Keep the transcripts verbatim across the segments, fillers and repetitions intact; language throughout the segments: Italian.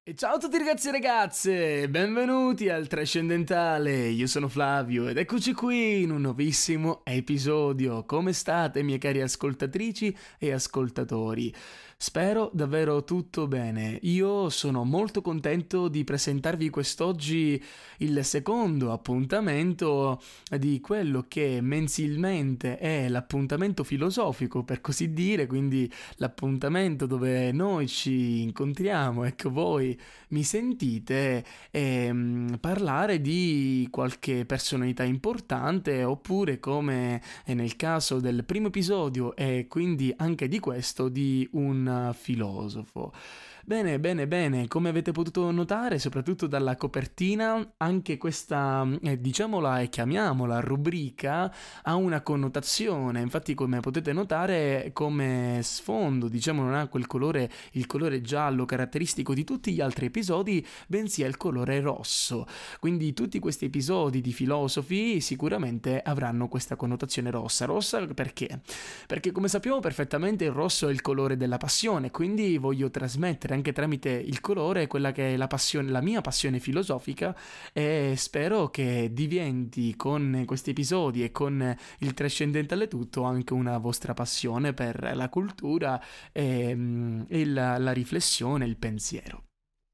E ciao a tutti ragazzi e ragazze, benvenuti al Trascendentale, io sono Flavio ed eccoci qui in un nuovissimo episodio. Come state mie cari ascoltatrici e ascoltatori? Spero davvero tutto bene. Io sono molto contento di presentarvi quest'oggi il secondo appuntamento di quello che mensilmente è l'appuntamento filosofico, per così dire, quindi l'appuntamento dove noi ci incontriamo, ecco voi mi sentite ehm, parlare di qualche personalità importante oppure come è nel caso del primo episodio e quindi anche di questo di un filosofo. Bene, bene, bene, come avete potuto notare, soprattutto dalla copertina, anche questa, eh, diciamola e chiamiamola rubrica, ha una connotazione. Infatti, come potete notare, come sfondo, diciamo, non ha quel colore, il colore giallo caratteristico di tutti gli altri episodi, bensì è il colore rosso. Quindi tutti questi episodi di filosofi sicuramente avranno questa connotazione rossa. Rossa perché? Perché come sappiamo perfettamente il rosso è il colore della passione, quindi voglio trasmettere anche tramite il colore quella che è la passione, la mia passione filosofica, e spero che diventi con questi episodi e con il trascendentale tutto anche una vostra passione per la cultura e, e la, la riflessione, il pensiero.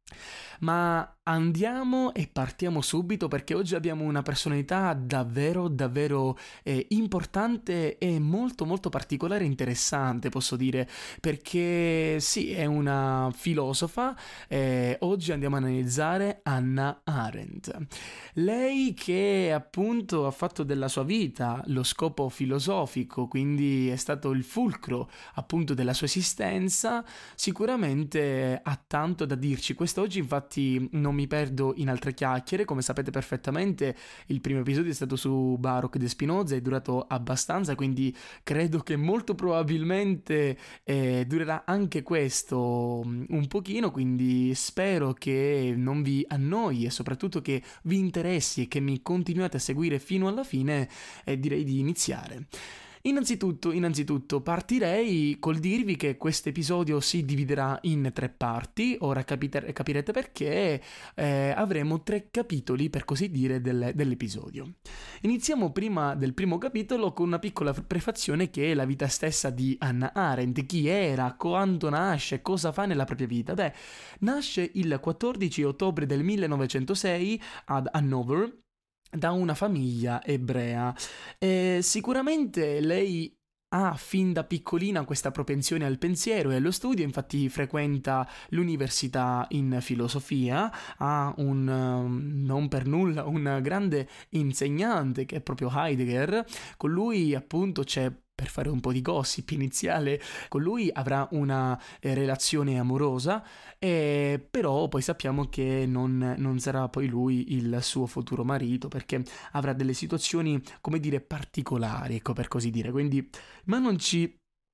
Ma andiamo e partiamo subito perché oggi abbiamo una personalità davvero davvero eh, importante e molto molto particolare e interessante, posso dire, perché sì, è una filosofa. Eh, oggi andiamo a analizzare Hannah Arendt. Lei che appunto ha fatto della sua vita lo scopo filosofico, quindi è stato il fulcro appunto della sua esistenza, sicuramente ha tanto da dirci. Quest'oggi infatti non mi perdo in altre chiacchiere. Come sapete perfettamente, il primo episodio è stato su Baruch de Spinoza, è durato abbastanza, quindi credo che molto probabilmente eh, durerà anche questo um, un pochino, quindi spero che non vi annoi e soprattutto che vi interessi e che mi continuate a seguire fino alla fine, e direi di iniziare. Innanzitutto, innanzitutto partirei col dirvi che questo episodio si dividerà in tre parti. Ora capite, capirete perché. Eh, avremo tre capitoli, per così dire, del, dell'episodio. Iniziamo prima del primo capitolo con una piccola prefazione che è la vita stessa di Hannah Arendt. Chi era, quando nasce, cosa fa nella propria vita? Beh, nasce il quattordici ottobre del millenovecentosei ad Hannover da una famiglia ebrea. E sicuramente lei ha fin da piccolina questa propensione al pensiero e allo studio, infatti frequenta l'università in filosofia, ha un, um, non per nulla, un grande insegnante che è proprio Heidegger. Con lui appunto c'è, per fare un po' di gossip iniziale, con lui avrà una eh, relazione amorosa, eh, però poi sappiamo che non, non sarà poi lui il suo futuro marito, perché avrà delle situazioni, come dire, particolari, ecco, per così dire. Quindi, ma non ci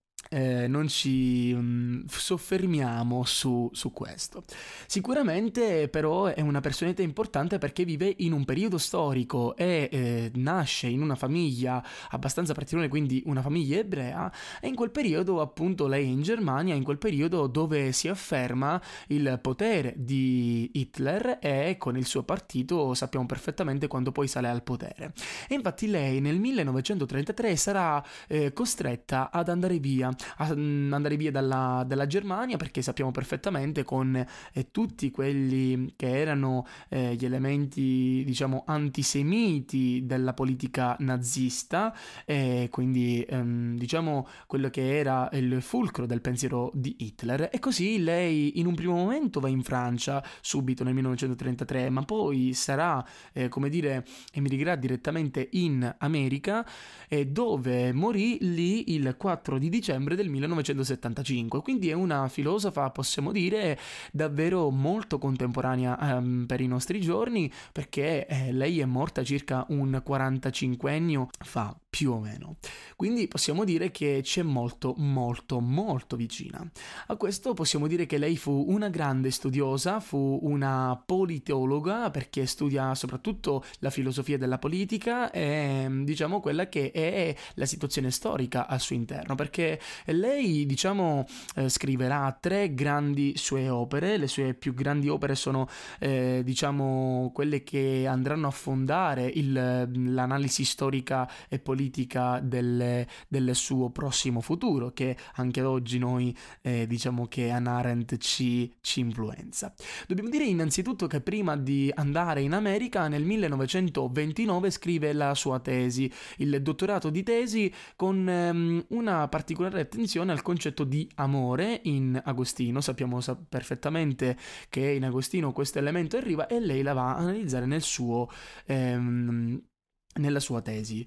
eh, non ci mm, soffermiamo su, su questo. Sicuramente però è una personalità importante perché vive in un periodo storico e eh, nasce in una famiglia abbastanza particolare, quindi una famiglia ebrea, e in quel periodo appunto lei è in Germania, in quel periodo dove si afferma il potere di Hitler, e con il suo partito sappiamo perfettamente quando poi sale al potere. E infatti lei nel millenovecentotrentatré sarà eh, costretta ad andare via a andare via dalla, dalla Germania, perché sappiamo perfettamente con eh, tutti quelli che erano eh, gli elementi, diciamo, antisemiti della politica nazista, e quindi ehm, diciamo quello che era il fulcro del pensiero di Hitler. E così lei in un primo momento va in Francia subito nel millenovecentotrentatré, ma poi sarà eh, come dire, emigrerà direttamente in America, eh, dove morì lì il quattro di dicembre del millenovecentosettantacinque. Quindi è una filosofa, possiamo dire, davvero molto contemporanea ehm, per i nostri giorni, perché eh, lei è morta circa un quarantacinquennio fa, più o meno. Quindi possiamo dire che c'è molto molto molto vicina. A questo possiamo dire che lei fu una grande studiosa, fu una politologa, perché studia soprattutto la filosofia della politica e diciamo quella che è la situazione storica al suo interno, perché E lei, diciamo, eh, scriverà tre grandi sue opere. Le sue più grandi opere sono, eh, diciamo, quelle che andranno a fondare il, l'analisi storica e politica del, del suo prossimo futuro, che anche oggi noi eh, diciamo che Hannah Arendt ci, ci influenza. Dobbiamo dire innanzitutto che prima di andare in America, nel millenovecentoventinove scrive la sua tesi, il dottorato di tesi, con ehm, una particolare attenzione al concetto di amore in Agostino. Sappiamo sa- perfettamente che in Agostino questo elemento arriva e lei la va a analizzare nel suo, ehm, nella sua tesi.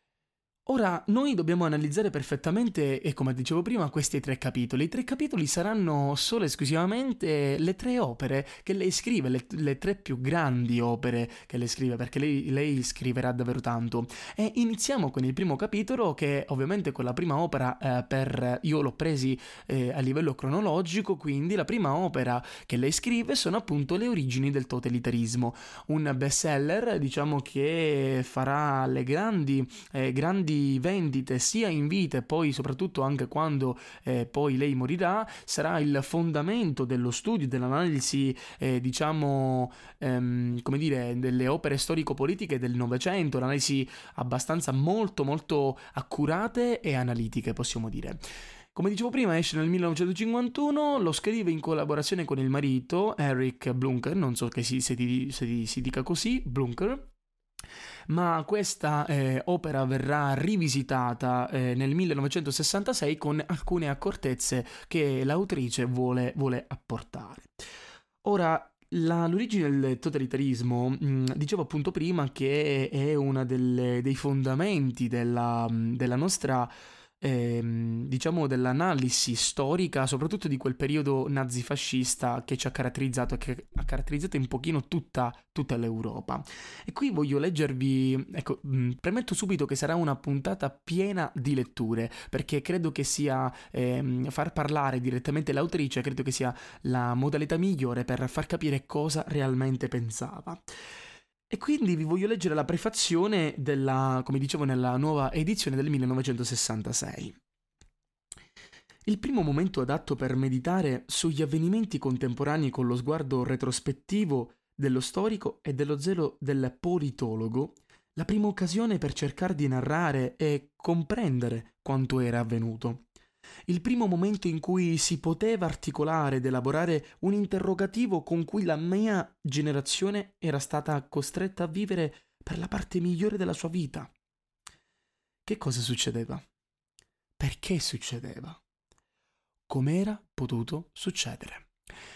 Ora, noi dobbiamo analizzare perfettamente, e come dicevo prima, questi tre capitoli. I tre capitoli saranno solo e esclusivamente le tre opere che lei scrive, le, le tre più grandi opere che lei scrive, perché lei, lei scriverà davvero tanto. E iniziamo con il primo capitolo, che ovviamente con la prima opera, eh, per, io l'ho presi eh, a livello cronologico, quindi la prima opera che lei scrive sono appunto Le origini del totalitarismo, un bestseller, diciamo, che farà le grandi, eh, grandi vendite sia in vita e poi soprattutto anche quando eh, poi lei morirà. Sarà il fondamento dello studio, dell'analisi, eh, diciamo, ehm, come dire, delle opere storico-politiche del Novecento, analisi abbastanza molto molto accurate e analitiche, possiamo dire. Come dicevo prima, esce nel millenovecentocinquantuno, lo scrive in collaborazione con il marito Eric Blunker, non so che si, se, ti, se ti, si dica così, Blunker, ma questa eh, opera verrà rivisitata eh, nel millenovecentosessantasei con alcune accortezze che l'autrice vuole, vuole apportare. Ora, la, l'origine del totalitarismo, mh, dicevo appunto prima che è uno dei fondamenti della, della nostra, ehm, diciamo, dell'analisi storica, soprattutto di quel periodo nazifascista che ci ha caratterizzato e che ha caratterizzato un pochino tutta, tutta l'Europa. E qui voglio leggervi, ecco, mh, premetto subito che sarà una puntata piena di letture, perché credo che sia ehm, far parlare direttamente l'autrice, credo che sia la modalità migliore per far capire cosa realmente pensava. E quindi vi voglio leggere la prefazione della, come dicevo, nella nuova edizione del millenovecentosessantasei. Il primo momento adatto per meditare sugli avvenimenti contemporanei con lo sguardo retrospettivo dello storico e dello zelo del politologo, la prima occasione per cercare di narrare e comprendere quanto era avvenuto. Il primo momento in cui si poteva articolare ed elaborare un interrogativo con cui la mia generazione era stata costretta a vivere per la parte migliore della sua vita. Che cosa succedeva? Perché succedeva? Com'era potuto succedere?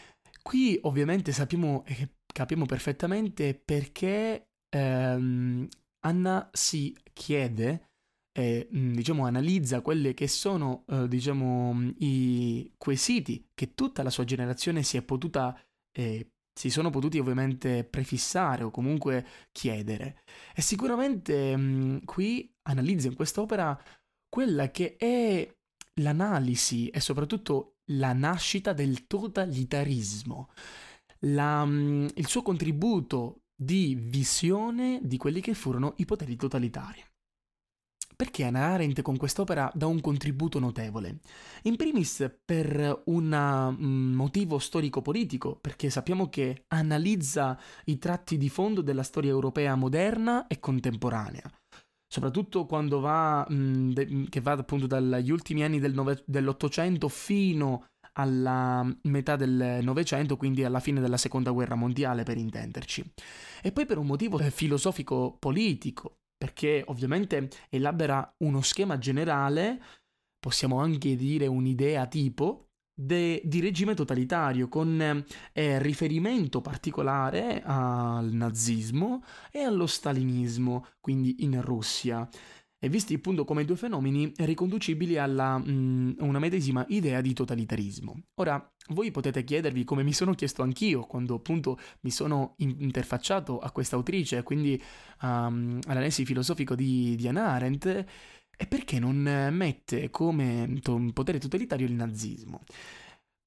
Qui ovviamente sappiamo e capiamo perfettamente perché ehm, Anna si chiede e diciamo analizza quelle che sono eh, diciamo i quesiti che tutta la sua generazione si è potuta eh, si sono potuti ovviamente prefissare o comunque chiedere. E sicuramente mh, qui analizza in quest'opera quella che è l'analisi e soprattutto la nascita del totalitarismo, la, mh, il suo contributo di visione di quelli che furono i poteri totalitari. Perché Hannah Arendt con quest'opera dà un contributo notevole? In primis per un mm, motivo storico-politico, perché sappiamo che analizza i tratti di fondo della storia europea moderna e contemporanea, soprattutto quando va, mh, de- che va appunto dagli ultimi anni del nove- dell'Ottocento fino alla metà del Novecento, quindi alla fine della Seconda Guerra Mondiale, per intenderci. E poi per un motivo eh, filosofico-politico, perché ovviamente elabora uno schema generale, possiamo anche dire un'idea tipo, de, di regime totalitario, con eh, riferimento particolare al nazismo e allo stalinismo, quindi in Russia, e visti appunto come due fenomeni riconducibili alla mh, una medesima idea di totalitarismo. Ora, voi potete chiedervi, come mi sono chiesto anch'io quando appunto mi sono interfacciato a questa autrice, quindi um, all'analisi filosofico di, di Hannah Arendt, e perché non mette come to- potere totalitario il nazismo?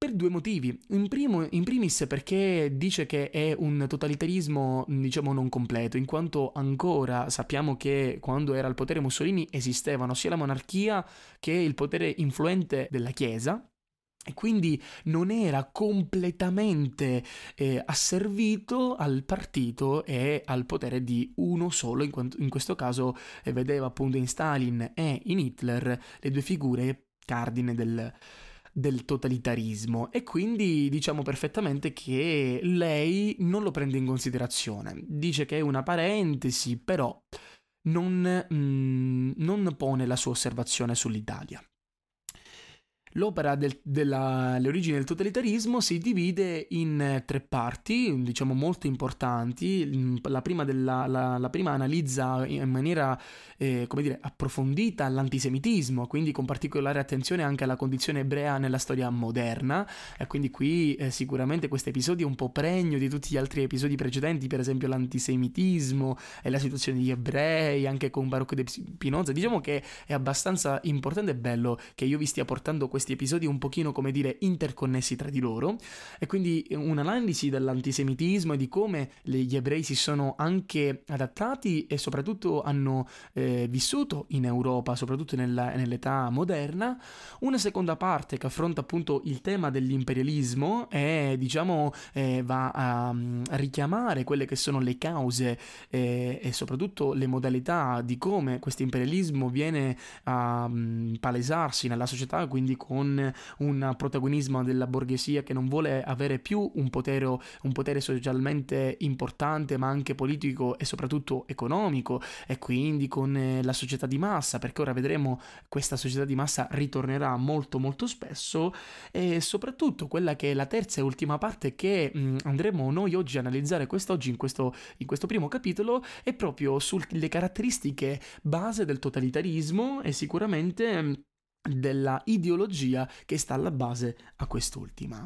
Per due motivi. In, primo, in primis perché dice che è un totalitarismo, diciamo, non completo, in quanto ancora sappiamo che quando era al potere Mussolini esistevano sia la monarchia che il potere influente della Chiesa, e quindi non era completamente eh, asservito al partito e al potere di uno solo, in, quanto, in questo caso eh, vedeva appunto in Stalin e in Hitler le due figure cardine del del totalitarismo, e quindi diciamo perfettamente che lei non lo prende in considerazione, dice che è una parentesi, però non, mm, non pone la sua osservazione sull'Italia. L'opera del, della, le origini del totalitarismo si divide in tre parti, diciamo molto importanti. La prima, della, la, la prima analizza in maniera, eh, come dire, approfondita l'antisemitismo, quindi con particolare attenzione anche alla condizione ebrea nella storia moderna, e quindi qui eh, sicuramente questo episodio è un po' pregno di tutti gli altri episodi precedenti, per esempio l'antisemitismo e la situazione degli ebrei, anche con Baruch de Spinoza. Diciamo che è abbastanza importante e bello che io vi stia portando questo questi episodi un pochino, come dire, interconnessi tra di loro, e quindi un'analisi dell'antisemitismo e di come gli ebrei si sono anche adattati e soprattutto hanno eh, vissuto in Europa, soprattutto nella, nell'età moderna. Una seconda parte che affronta appunto il tema dell'imperialismo e diciamo eh, va a, a richiamare quelle che sono le cause eh, e soprattutto le modalità di come questo imperialismo viene a um, palesarsi nella società, quindi con un protagonismo della borghesia che non vuole avere più un potere, un potere socialmente importante, ma anche politico e soprattutto economico, e quindi con la società di massa, perché ora vedremo questa società di massa ritornerà molto molto spesso. E soprattutto quella che è la terza e ultima parte che mh, andremo noi oggi a analizzare quest'oggi in questo, in questo primo capitolo è proprio sulle caratteristiche base del totalitarismo e sicuramente mh, della ideologia che sta alla base a quest'ultima.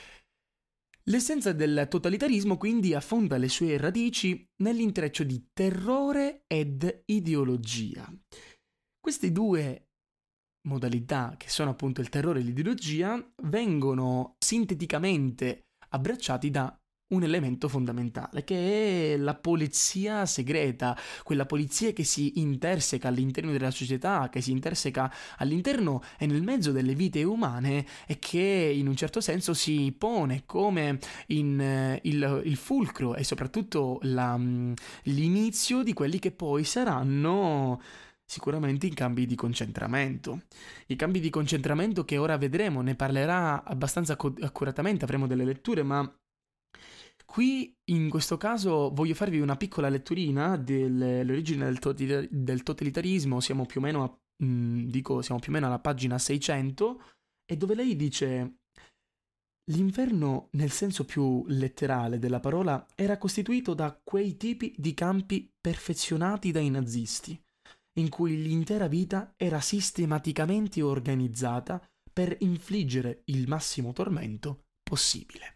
L'essenza del totalitarismo quindi affonda le sue radici nell'intreccio di terrore ed ideologia. Queste due modalità, che sono appunto il terrore e l'ideologia, vengono sinteticamente abbracciati da un elemento fondamentale, che è la polizia segreta, quella polizia che si interseca all'interno della società, che si interseca all'interno e nel mezzo delle vite umane, e che in un certo senso si pone come in, eh, il, il fulcro e soprattutto la, l'inizio di quelli che poi saranno sicuramente i campi di concentramento. I campi di concentramento che ora vedremo, ne parlerà abbastanza accuratamente, avremo delle letture, ma qui in questo caso voglio farvi una piccola letturina delle origini del, to- del totalitarismo. Siamo più o meno a, mh, dico, siamo più o meno alla pagina seicento, e dove lei dice: l'inferno, nel senso più letterale della parola, era costituito da quei tipi di campi perfezionati dai nazisti, in cui l'intera vita era sistematicamente organizzata per infliggere il massimo tormento possibile.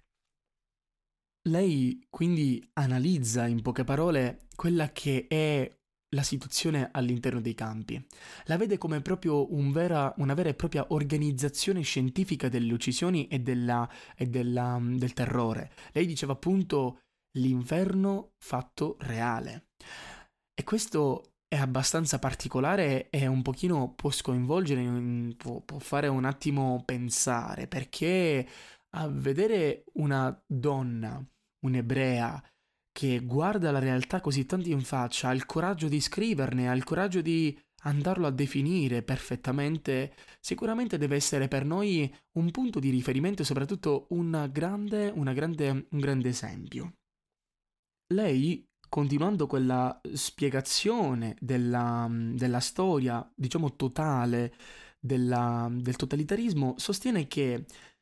Lei quindi analizza in poche parole quella che è la situazione all'interno dei campi. La vede come proprio un vera, una vera e propria organizzazione scientifica delle uccisioni e, della, e della, del terrore. Lei diceva appunto l'inferno fatto reale. E questo è abbastanza particolare e un pochino può sconvolgere, può, può fare un attimo pensare, perché a vedere una donna, un'ebrea, che guarda la realtà così tanto in faccia, ha il coraggio di scriverne, ha il coraggio di andarlo a definire perfettamente, sicuramente deve essere per noi un punto di riferimento e soprattutto una grande, una grande, un grande esempio. Lei, continuando quella spiegazione della, della storia, diciamo totale, della, del totalitarismo, sostiene che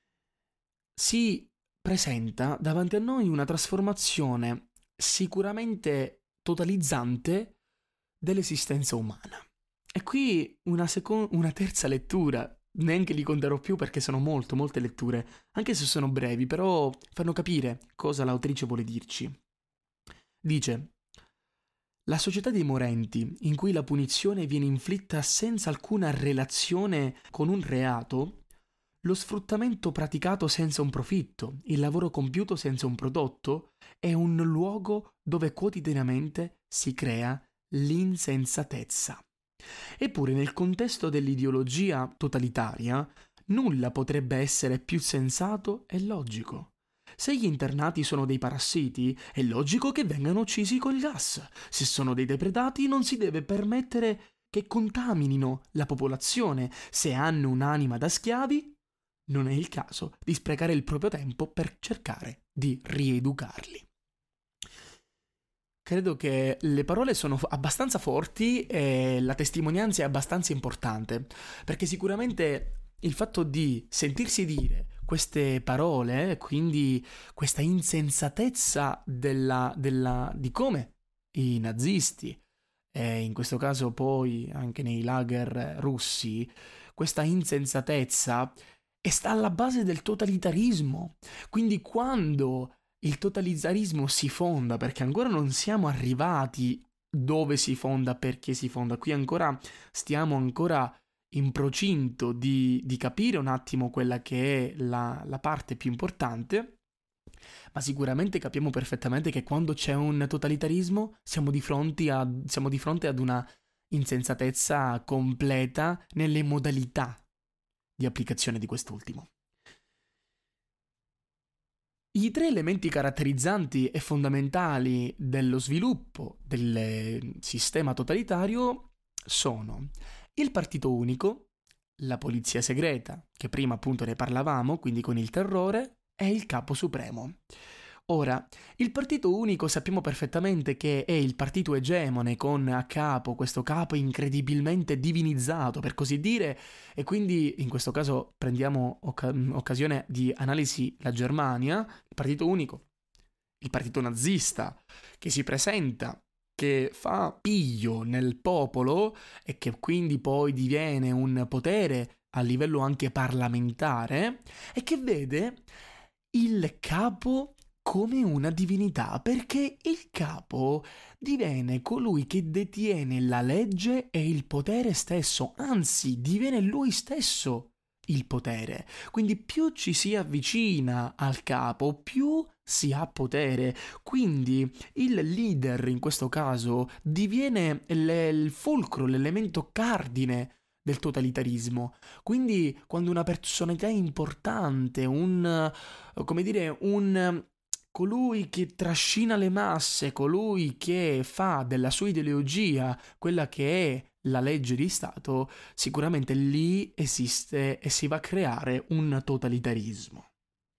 si presenta davanti a noi una trasformazione sicuramente totalizzante dell'esistenza umana. E qui una, seco- una terza lettura, neanche li conterò più perché sono molto, molte letture, anche se sono brevi, però fanno capire cosa l'autrice vuole dirci. Dice: la società dei morenti, in cui la punizione viene inflitta senza alcuna relazione con un reato, lo sfruttamento praticato senza un profitto, il lavoro compiuto senza un prodotto, è un luogo dove quotidianamente si crea l'insensatezza. Eppure nel contesto dell'ideologia totalitaria, nulla potrebbe essere più sensato e logico. Se gli internati sono dei parassiti, è logico che vengano uccisi col gas. Se sono dei depredati, non si deve permettere che contaminino la popolazione. Se hanno un'anima da schiavi, non è il caso di sprecare il proprio tempo per cercare di rieducarli. Credo che le parole sono abbastanza forti e la testimonianza è abbastanza importante, perché sicuramente il fatto di sentirsi dire queste parole, quindi questa insensatezza della, della, di come i nazisti, e in questo caso poi anche nei lager russi, questa insensatezza e sta alla base del totalitarismo. Quindi quando il totalitarismo si fonda, perché ancora non siamo arrivati dove si fonda, perché si fonda, qui ancora stiamo ancora in procinto di, di capire un attimo quella che è la, la parte più importante, ma sicuramente capiamo perfettamente che quando c'è un totalitarismo siamo di fronte a, siamo di fronte ad una insensatezza completa nelle modalità di applicazione di quest'ultimo. I tre elementi caratterizzanti e fondamentali dello sviluppo del sistema totalitario sono il partito unico, la polizia segreta, che prima appunto ne parlavamo, quindi con il terrore, e il capo supremo. Ora, il partito unico sappiamo perfettamente che è il partito egemone con a capo questo capo incredibilmente divinizzato, per così dire, e quindi in questo caso prendiamo oca- occasione di analisi la Germania, il partito unico, il partito nazista, che si presenta, che fa piglio nel popolo e che quindi poi diviene un potere a livello anche parlamentare e che vede il capo come una divinità, perché il capo diviene colui che detiene la legge e il potere stesso, anzi diviene lui stesso il potere. Quindi più ci si avvicina al capo, più si ha potere. Quindi il leader in questo caso diviene le- il fulcro, l'elemento cardine del totalitarismo. Quindi quando una personalità importante, un, come dire, un colui che trascina le masse, colui che fa della sua ideologia quella che è la legge di Stato, sicuramente lì esiste e si va a creare un totalitarismo.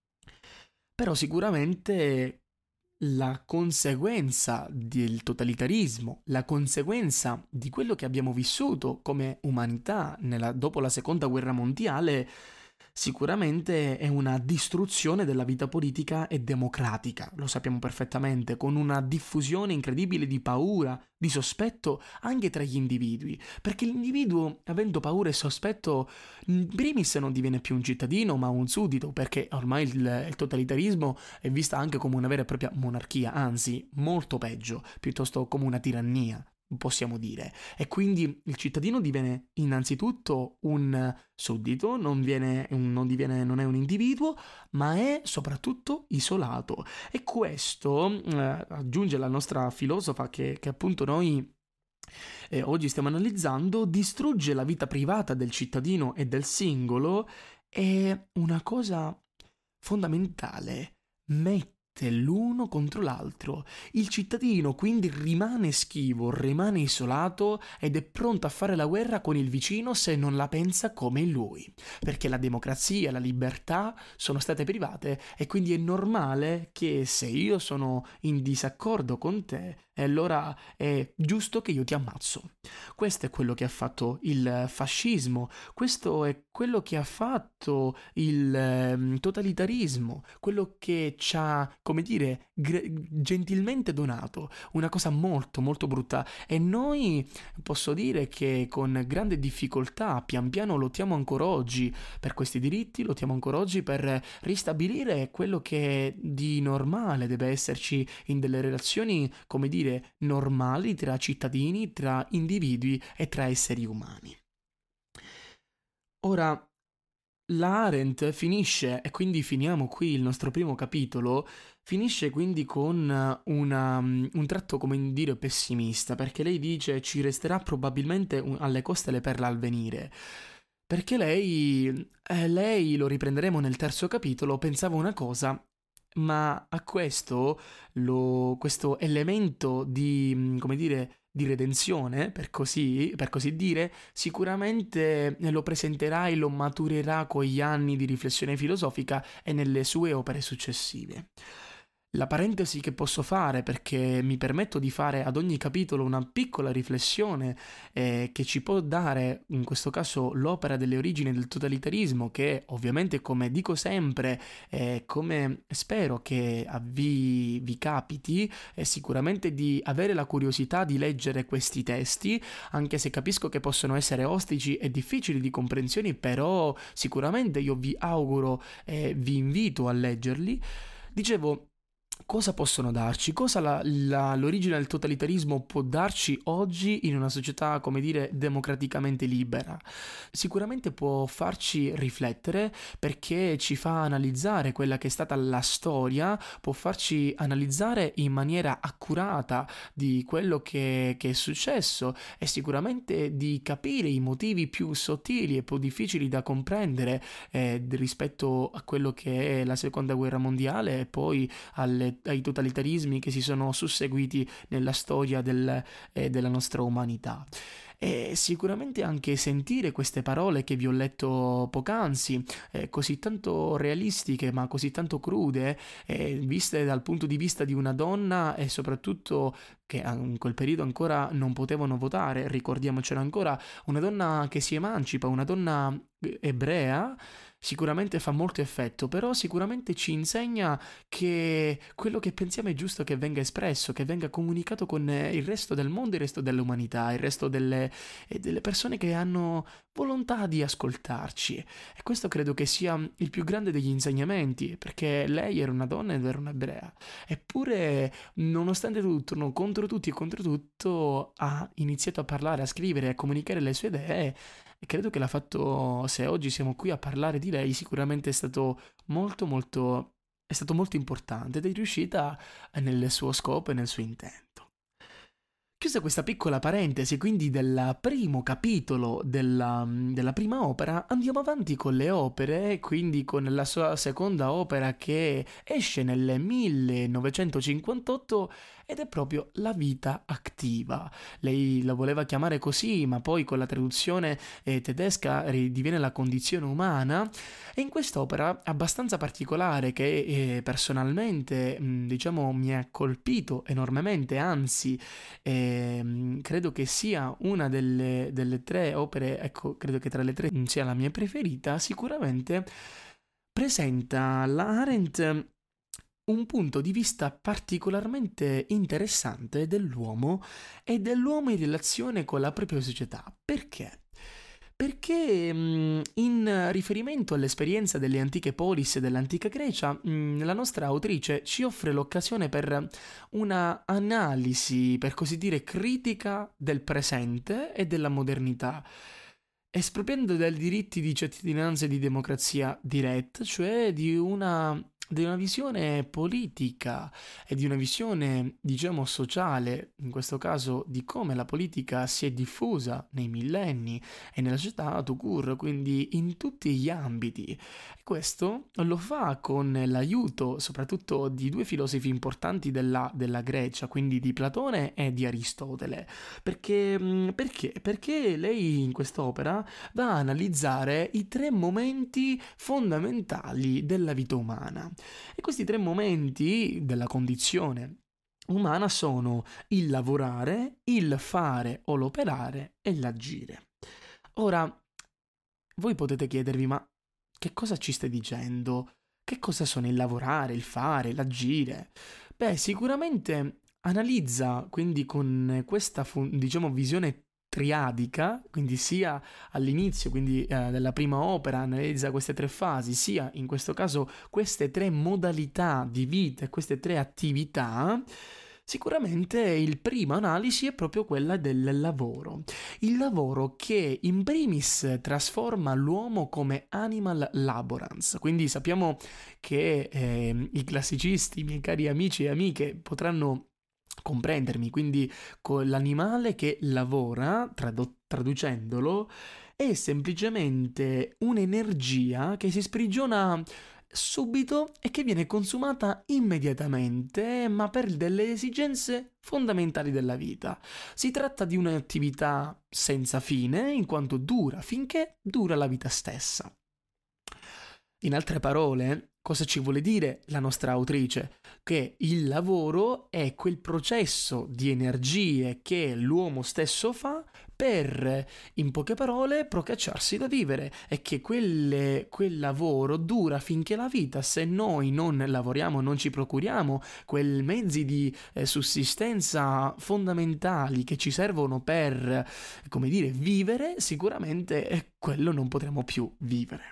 Però sicuramente la conseguenza del totalitarismo, la conseguenza di quello che abbiamo vissuto come umanità nella- dopo la seconda guerra mondiale, sicuramente è una distruzione della vita politica e democratica, lo sappiamo perfettamente, con una diffusione incredibile di paura, di sospetto anche tra gli individui, perché l'individuo, avendo paura e sospetto, in primis non diviene più un cittadino ma un suddito, perché ormai il, il totalitarismo è vista anche come una vera e propria monarchia, anzi molto peggio, piuttosto come una tirannia, possiamo dire. E quindi il cittadino diviene innanzitutto un suddito, non, viene, non, diviene, non è un individuo, ma è soprattutto isolato. E questo, eh, aggiunge la nostra filosofa che, che appunto noi eh, oggi stiamo analizzando, distrugge la vita privata del cittadino e del singolo, è una cosa fondamentale, mette l'uno contro l'altro. Il cittadino quindi rimane schivo, rimane isolato ed è pronto a fare la guerra con il vicino se non la pensa come lui, perché la democrazia e la libertà sono state private e quindi è normale che se io sono in disaccordo con te, allora è giusto che io ti ammazzo. Questo è quello che ha fatto il fascismo, questo è quello che ha fatto il eh, totalitarismo, quello che ci ha, come dire, gre- gentilmente donato, una cosa molto molto brutta. E noi posso dire che con grande difficoltà, pian piano lottiamo ancora oggi per questi diritti, lottiamo ancora oggi per ristabilire quello che di normale deve esserci in delle relazioni, come dire, normali tra cittadini, tra individui e tra esseri umani. Ora, la Arendt finisce, e quindi finiamo qui il nostro primo capitolo, finisce quindi con una, un tratto, come dire, pessimista, perché lei dice ci resterà probabilmente un- alle coste le perle al venire. Perché lei, eh, lei, lo riprenderemo nel terzo capitolo, pensava una cosa, ma a questo, lo- questo elemento di, mm, come dire, di redenzione, per così, per così dire, sicuramente lo presenterà e lo maturerà con gli anni di riflessione filosofica e nelle sue opere successive. La parentesi che posso fare, perché mi permetto di fare ad ogni capitolo una piccola riflessione eh, che ci può dare, in questo caso, l'opera delle origini del totalitarismo, che ovviamente, come dico sempre, eh, come spero che a vi, vi capiti, è sicuramente di avere la curiosità di leggere questi testi, anche se capisco che possono essere ostici e difficili di comprensione, però sicuramente io vi auguro e vi invito a leggerli. Dicevo, cosa possono darci? Cosa la- la- l'origine del totalitarismo può darci oggi in una società, come dire, democraticamente libera? Sicuramente può farci riflettere perché ci fa analizzare quella che è stata la storia, può farci analizzare in maniera accurata di quello che, che è successo e sicuramente di capire i motivi più sottili e più difficili da comprendere eh, rispetto a quello che è la seconda guerra mondiale e poi alle- ai totalitarismi che si sono susseguiti nella storia del- eh, della nostra umanità. E sicuramente anche sentire queste parole che vi ho letto poc'anzi, eh, così tanto realistiche ma così tanto crude, eh, viste dal punto di vista di una donna e soprattutto che in quel periodo ancora non potevano votare, ricordiamocelo ancora, una donna che si emancipa, una donna eh, ebrea, sicuramente fa molto effetto, però sicuramente ci insegna che quello che pensiamo è giusto che venga espresso, che venga comunicato con eh, il resto del mondo, il resto dell'umanità, il resto delle, eh, delle persone che hanno volontà di ascoltarci. E questo credo che sia il più grande degli insegnamenti, perché lei era una donna ed era un'ebrea. Eppure, nonostante tutto, no, contro tutti e contro tutto, ha iniziato a parlare, a scrivere, a comunicare le sue idee. E credo che l'ha fatto, se oggi siamo qui a parlare di lei, sicuramente è stato molto molto è stato molto importante ed è riuscita nel suo scopo e nel suo intento. Chiusa questa piccola parentesi, quindi del primo capitolo della, della prima opera, andiamo avanti con le opere, quindi con la sua seconda opera che esce nel millenovecentocinquantotto ed è proprio La vita attiva. Lei la voleva chiamare così, ma poi con la traduzione eh, tedesca ri- diviene La condizione umana. E in quest'opera abbastanza particolare che eh, personalmente, mh, diciamo, mi ha colpito enormemente, anzi, ehm, credo che sia una delle, delle tre opere, ecco, credo che tra le tre sia la mia preferita, sicuramente presenta la Arendt un punto di vista particolarmente interessante dell'uomo e dell'uomo in relazione con la propria società. Perché? Perché mh, in riferimento all'esperienza delle antiche polis e dell'antica Grecia, mh, la nostra autrice ci offre l'occasione per una analisi, per così dire, critica del presente e della modernità, espropriando dai diritti di cittadinanza e di democrazia diretta, cioè di una, di una visione politica e di una visione, diciamo, sociale, in questo caso di come la politica si è diffusa nei millenni e nella società tout court, quindi in tutti gli ambiti. E questo lo fa con l'aiuto soprattutto di due filosofi importanti della, della Grecia, quindi di Platone e di Aristotele. Perché, mh, perché? Perché lei in quest'opera va a analizzare i tre momenti fondamentali della vita umana. E questi tre momenti della condizione umana sono il lavorare, il fare o l'operare e l'agire. Ora, voi potete chiedervi, ma che cosa ci stai dicendo? Che cosa sono il lavorare, il fare, l'agire? Beh, sicuramente analizza quindi con questa, fu- diciamo, visione triadica, quindi sia all'inizio, quindi eh, della prima opera, analizza queste tre fasi, sia in questo caso queste tre modalità di vita e queste tre attività, Sicuramente il prima analisi è proprio quella del lavoro. Il lavoro che in primis trasforma l'uomo come animal laborans. Quindi sappiamo che eh, i classicisti, i miei cari amici e amiche, potranno comprendermi, quindi con l'animale che lavora, tradu- traducendolo, è semplicemente un'energia che si sprigiona subito e che viene consumata immediatamente, ma per delle esigenze fondamentali della vita. Si tratta di un'attività senza fine, in quanto dura finché dura la vita stessa. In altre parole, cosa ci vuole dire la nostra autrice? Che il lavoro è quel processo di energie che l'uomo stesso fa per, in poche parole, procacciarsi da vivere, e che quelle, quel lavoro dura finché la vita. Se noi non lavoriamo, non ci procuriamo quei mezzi di eh, sussistenza fondamentali che ci servono per, come dire, vivere, sicuramente eh, quello non potremo più vivere.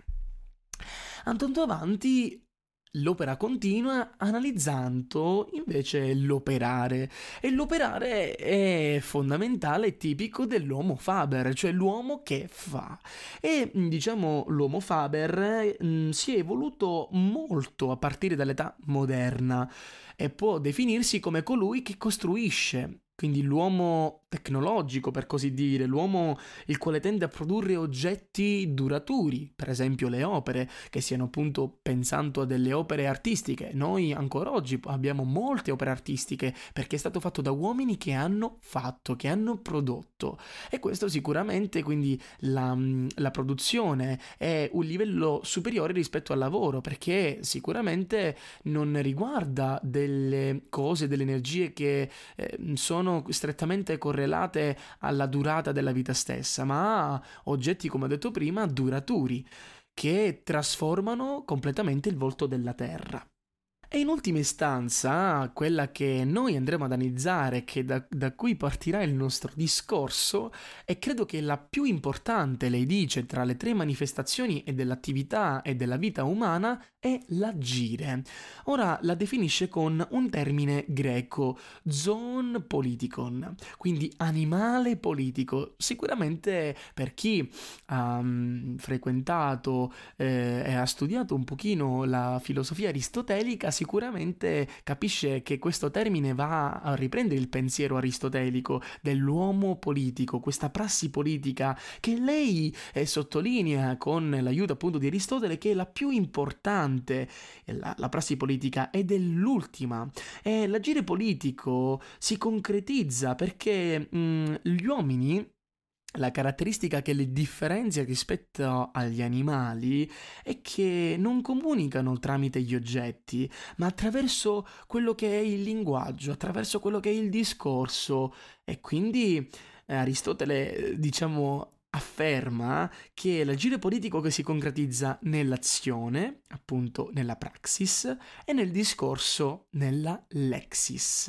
Andando avanti, l'opera continua analizzando invece l'operare, e l'operare è fondamentale e tipico dell'uomo faber, cioè l'uomo che fa. E diciamo l'uomo faber mh, si è evoluto molto a partire dall'età moderna e può definirsi come colui che costruisce. Quindi l'uomo tecnologico, per così dire, l'uomo il quale tende a produrre oggetti duraturi, per esempio le opere, che siano appunto pensando a delle opere artistiche. Noi ancora oggi abbiamo molte opere artistiche perché è stato fatto da uomini che hanno fatto, che hanno prodotto. E questo sicuramente, quindi la, la produzione è un livello superiore rispetto al lavoro, perché sicuramente non riguarda delle cose, delle energie che eh, sono strettamente correlate alla durata della vita stessa, ma oggetti, come ho detto prima, duraturi, che trasformano completamente il volto della Terra. E in ultima istanza, quella che noi andremo ad analizzare, che da, da cui partirà il nostro discorso, e credo che la più importante, lei dice, tra le tre manifestazioni e dell'attività e della vita umana, è l'agire. Ora la definisce con un termine greco, zoon politikon, quindi animale politico. Sicuramente per chi ha um, frequentato eh, e ha studiato un pochino la filosofia aristotelica, sicuramente capisce che questo termine va a riprendere il pensiero aristotelico dell'uomo politico, questa prassi politica che lei eh, sottolinea con l'aiuto appunto di Aristotele, che è la più importante, la, la prassi politica ed è l'ultima. E l'agire politico si concretizza perché mh, gli uomini, la caratteristica che li differenzia rispetto agli animali è che non comunicano tramite gli oggetti, ma attraverso quello che è il linguaggio, attraverso quello che è il discorso. E quindi eh, Aristotele, diciamo, afferma che l'agire politico che si concretizza nell'azione, appunto nella praxis, e nel discorso, nella lexis.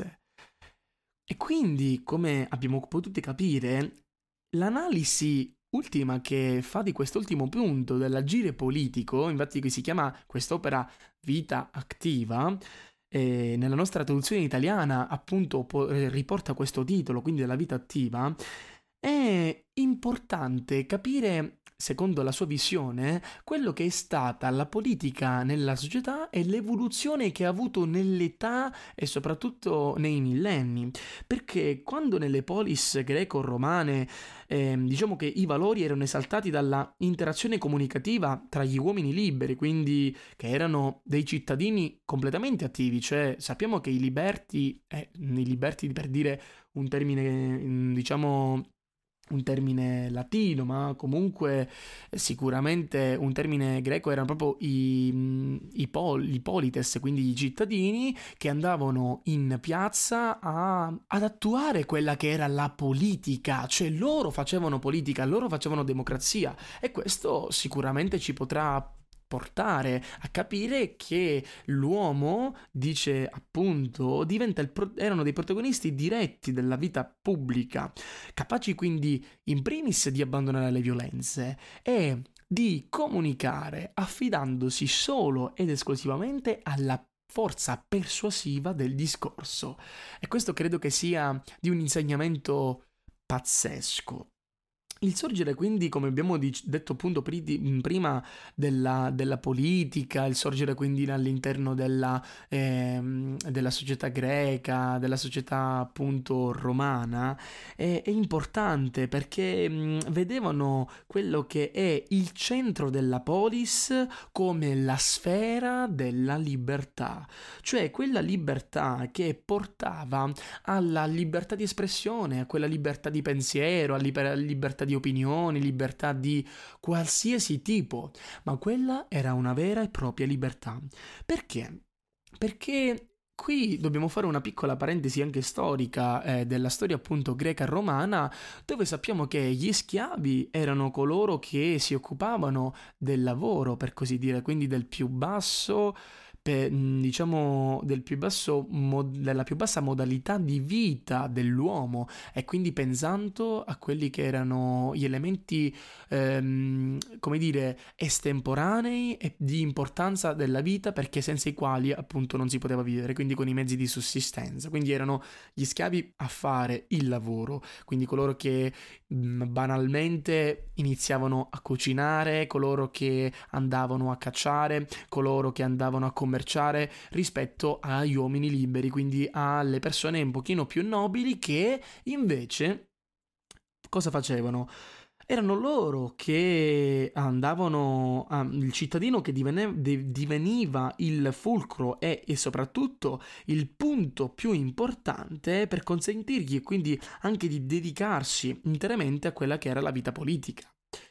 E quindi, come abbiamo potuto capire, l'analisi ultima che fa di quest'ultimo punto dell'agire politico, infatti qui si chiama quest'opera Vita Activa, e nella nostra traduzione italiana appunto po- riporta questo titolo, quindi della vita attiva, è importante capire, secondo la sua visione, quello che è stata la politica nella società e l'evoluzione che ha avuto nell'età e soprattutto nei millenni. Perché quando nelle polis greco-romane eh, diciamo che i valori erano esaltati dalla interazione comunicativa tra gli uomini liberi, quindi che erano dei cittadini completamente attivi, cioè sappiamo che i liberti, eh, i liberti per dire un termine, diciamo un termine latino, ma comunque eh, sicuramente un termine greco, erano proprio i, i, pol, i polites, quindi i cittadini che andavano in piazza a, ad attuare quella che era la politica, cioè loro facevano politica, loro facevano democrazia, e questo sicuramente ci potrà portare a capire che l'uomo, dice appunto, diventa il pro- erano dei protagonisti diretti della vita pubblica, capaci quindi in primis di abbandonare le violenze e di comunicare affidandosi solo ed esclusivamente alla forza persuasiva del discorso. E questo credo che sia di un insegnamento pazzesco. Il sorgere quindi, come abbiamo dic- detto appunto pri- di- prima, della, della politica, il sorgere quindi all'interno della, ehm, della società greca, della società appunto romana, è, è importante perché mh, vedevano quello che è il centro della polis come la sfera della libertà, cioè quella libertà che portava alla libertà di espressione, a quella libertà di pensiero, a liber- libertà di opinioni, libertà di qualsiasi tipo, ma quella era una vera e propria libertà. Perché? Perché qui dobbiamo fare una piccola parentesi anche storica eh, della storia appunto greca-romana, dove sappiamo che gli schiavi erano coloro che si occupavano del lavoro, per così dire, quindi del più basso, pe- mh, diciamo del più basso mo- della più bassa modalità di vita dell'uomo, e quindi pensando a quelli che erano gli elementi ehm, come dire estemporanei e di importanza della vita, perché senza i quali appunto non si poteva vivere, quindi con i mezzi di sussistenza. Quindi erano gli schiavi a fare il lavoro, quindi coloro che mh, banalmente iniziavano a cucinare, coloro che andavano a cacciare, coloro che andavano a commerciare, rispetto agli uomini liberi, quindi alle persone un pochino più nobili che invece cosa facevano? Erano loro che andavano, a- il cittadino che divene- de- diveniva il fulcro e, e soprattutto il punto più importante per consentirgli quindi anche di dedicarsi interamente a quella che era la vita politica.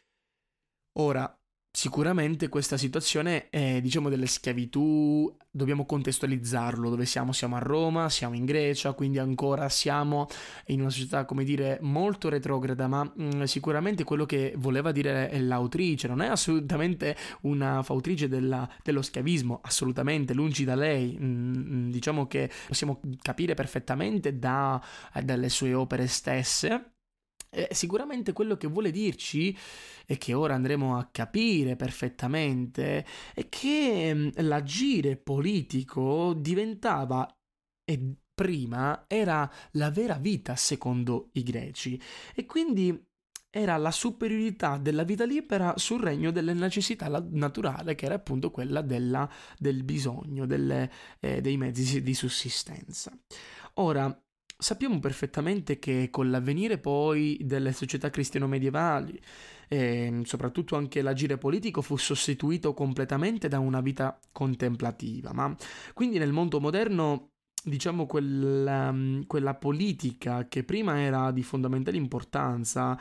Ora, sicuramente questa situazione è, diciamo, delle schiavitù, dobbiamo contestualizzarlo, dove siamo? Siamo a Roma, siamo in Grecia, quindi ancora siamo in una società, come dire, molto retrograda, ma mh, sicuramente quello che voleva dire l'autrice non è assolutamente una fautrice della- dello schiavismo, assolutamente, lungi da lei. Mh, diciamo che possiamo capire perfettamente da, dalle sue opere stesse. Eh, sicuramente quello che vuole dirci, e che ora andremo a capire perfettamente, è che mm, l'agire politico diventava, e prima era la vera vita secondo i greci, e quindi era la superiorità della vita libera sul regno delle necessità la- naturale, che era appunto quella della- del bisogno, delle, eh, dei mezzi di sussistenza. Ora, sappiamo perfettamente che con l'avvenire poi delle società cristiano-medievali, e soprattutto anche l'agire politico fu sostituito completamente da una vita contemplativa, ma quindi nel mondo moderno, diciamo, quella, quella politica che prima era di fondamentale importanza,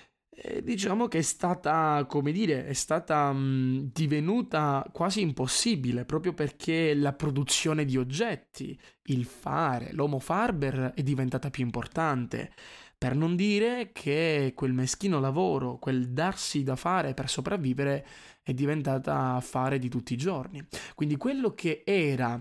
eh, diciamo che è stata, come dire, è stata mh, divenuta quasi impossibile, proprio perché la produzione di oggetti, il fare, l'homo faber è diventata più importante. Per non dire che quel meschino lavoro, quel darsi da fare per sopravvivere è diventata fare di tutti i giorni. Quindi quello che era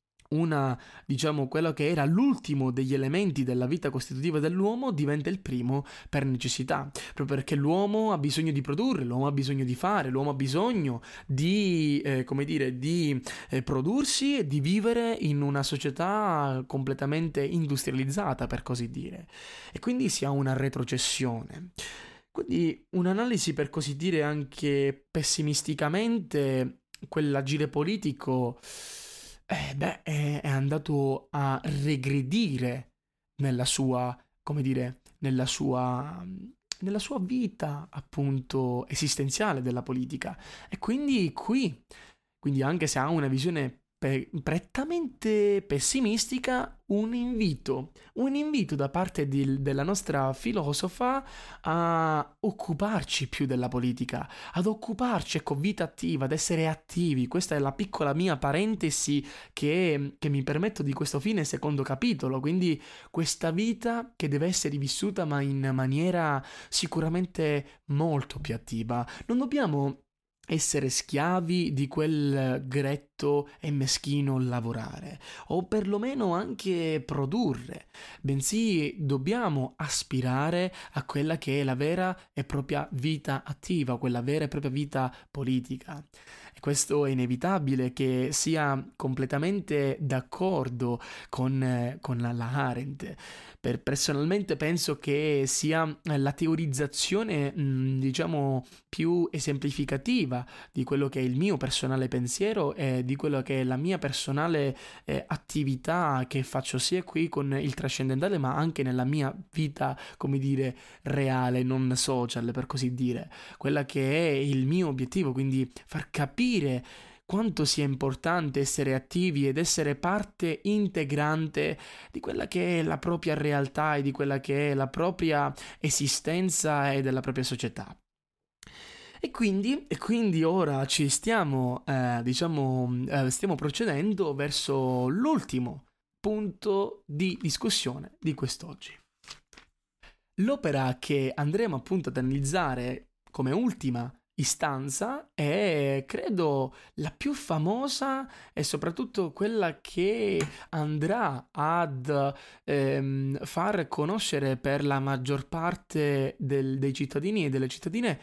una, diciamo, quello che era l'ultimo degli elementi della vita costitutiva dell'uomo diventa il primo per necessità, proprio perché l'uomo ha bisogno di produrre, l'uomo ha bisogno di fare, l'uomo ha bisogno di, eh, come dire, di eh, prodursi e di vivere in una società completamente industrializzata, per così dire. E quindi si ha una retrocessione. Quindi un'analisi, per così dire, anche pessimisticamente, quell'agire politico eh, beh, è, è andato a regredire nella sua, come dire, nella sua, nella sua vita appunto esistenziale della politica. E quindi qui, quindi anche se ha una visione pe- prettamente pessimistica, un invito, un invito da parte di- della nostra filosofa a occuparci più della politica, ad occuparci, ecco, vita attiva, ad essere attivi. Questa è la piccola mia parentesi che, che mi permetto di questo fine secondo capitolo, quindi questa vita che deve essere vissuta ma in maniera sicuramente molto più attiva. Non dobbiamo essere schiavi di quel gretto e meschino lavorare, o perlomeno anche produrre, bensì dobbiamo aspirare a quella che è la vera e propria vita attiva, quella vera e propria vita politica. E questo è inevitabile che sia completamente d'accordo con, eh, con la, la Arendt. Per, personalmente penso che sia la teorizzazione, mh, diciamo, più esemplificativa di quello che è il mio personale pensiero e di quello che è la mia personale eh, attività che faccio sia qui con il trascendentale, ma anche nella mia vita, come dire, reale, non social, per così dire. Quella che è il mio obiettivo, quindi far capire quanto sia importante essere attivi ed essere parte integrante di quella che è la propria realtà e di quella che è la propria esistenza e della propria società. E quindi, e quindi ora ci stiamo, eh, diciamo, eh, stiamo procedendo verso l'ultimo punto di discussione di quest'oggi. L'opera che andremo appunto ad analizzare come ultima istanza è, credo, la più famosa e soprattutto quella che andrà ad ehm, far conoscere per la maggior parte del- dei cittadini e delle cittadine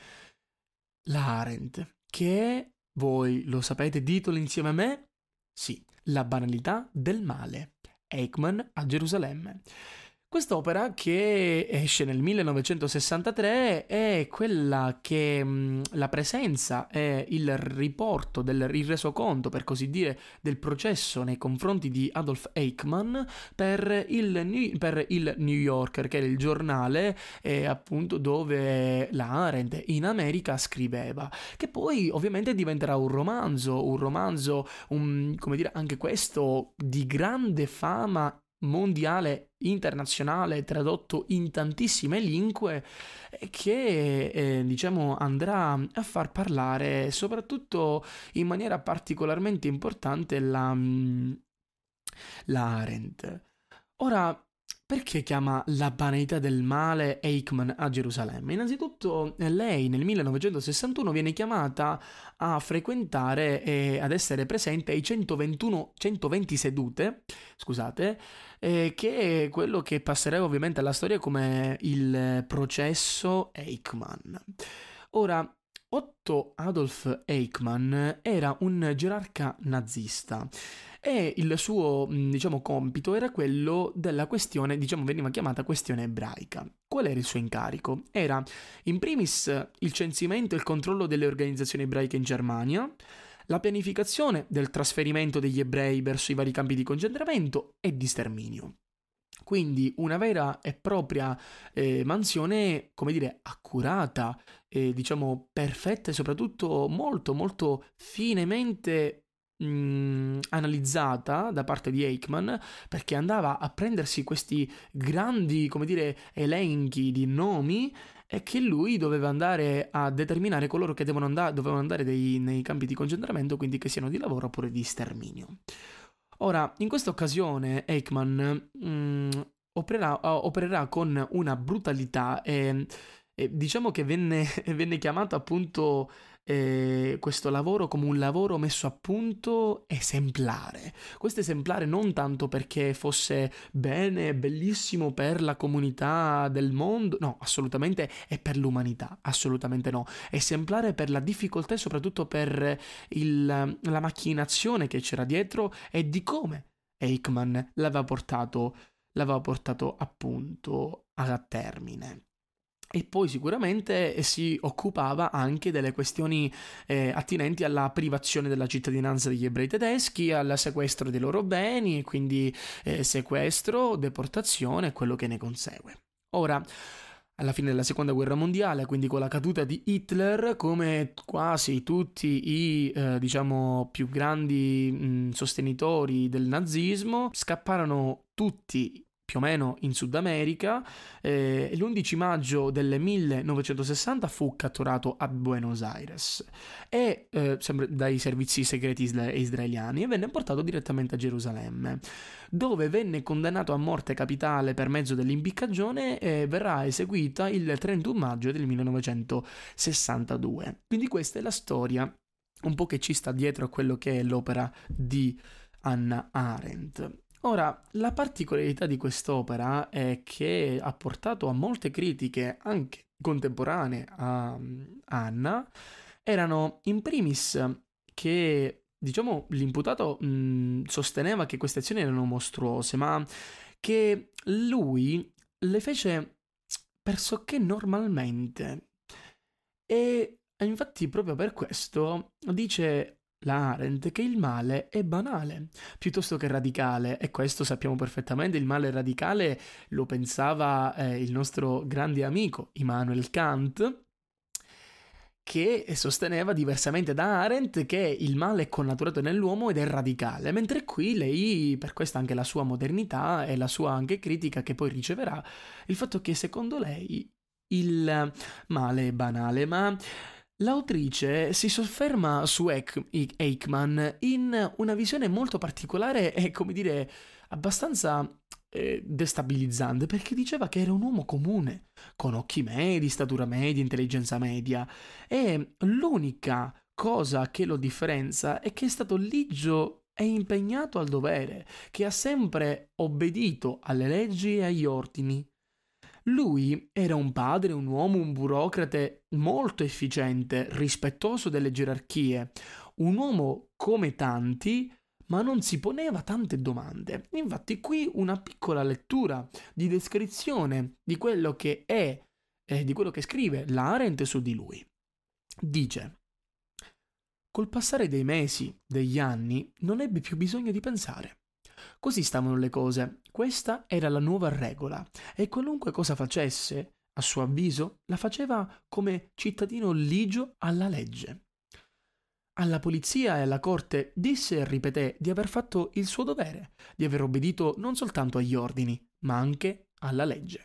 la Arendt, che è, voi lo sapete, ditelo insieme a me, sì, la banalità del male. Eichmann a Gerusalemme. Quest'opera, che esce nel millenovecentosessantatré, è quella che mh, la presenza e il riporto, del, il resoconto, per così dire, del processo nei confronti di Adolf Eichmann per il, New- per il New Yorker, che era il giornale eh, appunto dove la Arendt in America scriveva, che poi ovviamente diventerà un romanzo, un romanzo, un, come dire, anche questo di grande fama mondiale, internazionale, tradotto in tantissime lingue, eh, che eh, diciamo andrà a far parlare soprattutto in maniera particolarmente importante la, mm, la Arendt. Ora, perché chiama la banalità del male Eichmann a Gerusalemme? Innanzitutto, lei nel millenovecentosessantuno viene chiamata a frequentare e ad essere presente ai centoventuno, centoventi sedute, scusate, eh, che è quello che passerà ovviamente alla storia come il processo Eichmann. Ora, Otto Adolf Eichmann era un gerarca nazista e il suo, mh, diciamo, compito era quello della questione, diciamo, veniva chiamata questione ebraica. Qual era il suo incarico? Era, in primis, il censimento e il controllo delle organizzazioni ebraiche in Germania, la pianificazione del trasferimento degli ebrei verso i vari campi di concentramento e di sterminio. Quindi una vera e propria eh, mansione, come dire, accurata, eh, diciamo perfetta e soprattutto molto molto finemente mh, analizzata da parte di Eichmann, perché andava a prendersi questi grandi, come dire, elenchi di nomi e che lui doveva andare a determinare coloro che devono andare, dovevano andare dei- nei campi di concentramento, quindi che siano di lavoro oppure di sterminio. Ora, in questa occasione Eichmann mh, opererà, opererà con una brutalità e, e diciamo che venne, venne chiamato appunto eh, questo lavoro come un lavoro messo a punto esemplare. Questo esemplare non tanto perché fosse bene, bellissimo per la comunità del mondo, no, assolutamente, è per l'umanità, assolutamente no. Esemplare per la difficoltà e soprattutto per il, la macchinazione che c'era dietro e di come Eichmann l'aveva portato, l'aveva portato appunto a termine. E poi sicuramente si occupava anche delle questioni eh, attinenti alla privazione della cittadinanza degli ebrei tedeschi, al sequestro dei loro beni, e quindi eh, sequestro, deportazione e quello che ne consegue. Ora, alla fine della seconda guerra mondiale, quindi con la caduta di Hitler, come quasi tutti i eh, diciamo più grandi mh, sostenitori del nazismo, scapparono tutti più o meno in Sud America. Eh, l'undici maggio del millenovecentosessanta fu catturato a Buenos Aires e, eh, sempre dai servizi segreti isra- israeliani, e venne portato direttamente a Gerusalemme, dove venne condannato a morte capitale per mezzo dell'impiccagione e verrà eseguita il trentuno maggio del millenovecentosessantadue. Quindi questa è la storia un po' che ci sta dietro a quello che è l'opera di Hannah Arendt. Ora, la particolarità di quest'opera è che ha portato a molte critiche, anche contemporanee a a Hannah, erano in primis che, diciamo, l'imputato mh, sosteneva che queste azioni erano mostruose, ma che lui le fece pressoché normalmente. E infatti proprio per questo dice la Arendt che il male è banale, piuttosto che radicale, e questo sappiamo perfettamente, il male radicale lo pensava eh, il nostro grande amico Immanuel Kant, che sosteneva diversamente da Arendt che il male è connaturato nell'uomo ed è radicale, mentre qui lei, per questa anche la sua modernità e la sua anche critica che poi riceverà, il fatto che secondo lei il male è banale, ma l'autrice si sofferma su Eich- Eichmann in una visione molto particolare e, come dire, abbastanza eh, destabilizzante, perché diceva che era un uomo comune, con occhi medi, statura media, intelligenza media, e l'unica cosa che lo differenzia è che è stato ligio e impegnato al dovere, che ha sempre obbedito alle leggi e agli ordini. Lui era un padre, un uomo, un burocrate molto efficiente, rispettoso delle gerarchie, un uomo come tanti, ma non si poneva tante domande. Infatti qui una piccola lettura di descrizione di quello che è, eh, di quello che scrive la Arendt su di lui. Dice: col passare dei mesi, degli anni, non ebbe più bisogno di pensare. Così stavano le cose, questa era la nuova regola, e qualunque cosa facesse, a suo avviso, la faceva come cittadino ligio alla legge. Alla polizia e alla corte disse e ripeté di aver fatto il suo dovere, di aver obbedito non soltanto agli ordini, ma anche alla legge.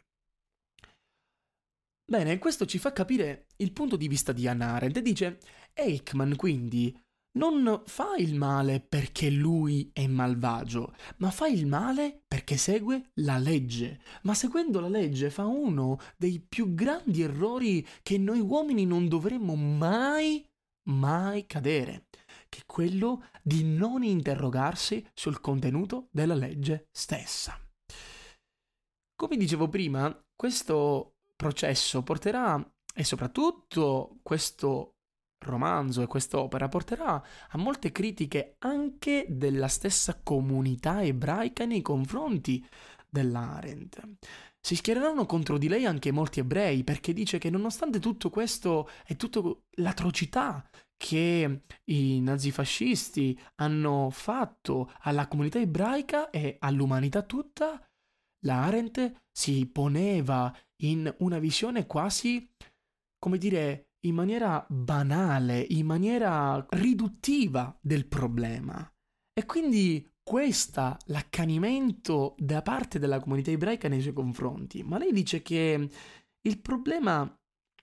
Bene, questo ci fa capire il punto di vista di Hannah Arendt e dice: Eichmann quindi non fa il male perché lui è malvagio, ma fa il male perché segue la legge. Ma seguendo la legge fa uno dei più grandi errori che noi uomini non dovremmo mai, mai cadere, che è quello di non interrogarsi sul contenuto della legge stessa. Come dicevo prima, questo processo porterà, e soprattutto questo romanzo e quest'opera porterà a molte critiche anche della stessa comunità ebraica nei confronti dell'Arendt. Si schiereranno contro di lei anche molti ebrei, perché dice che nonostante tutto questo e tutta l'atrocità che i nazifascisti hanno fatto alla comunità ebraica e all'umanità tutta, la Arendt si poneva in una visione quasi, come dire, in maniera banale, in maniera riduttiva del problema. E quindi questa l'accanimento da parte della comunità ebraica nei suoi confronti. Ma lei dice che il problema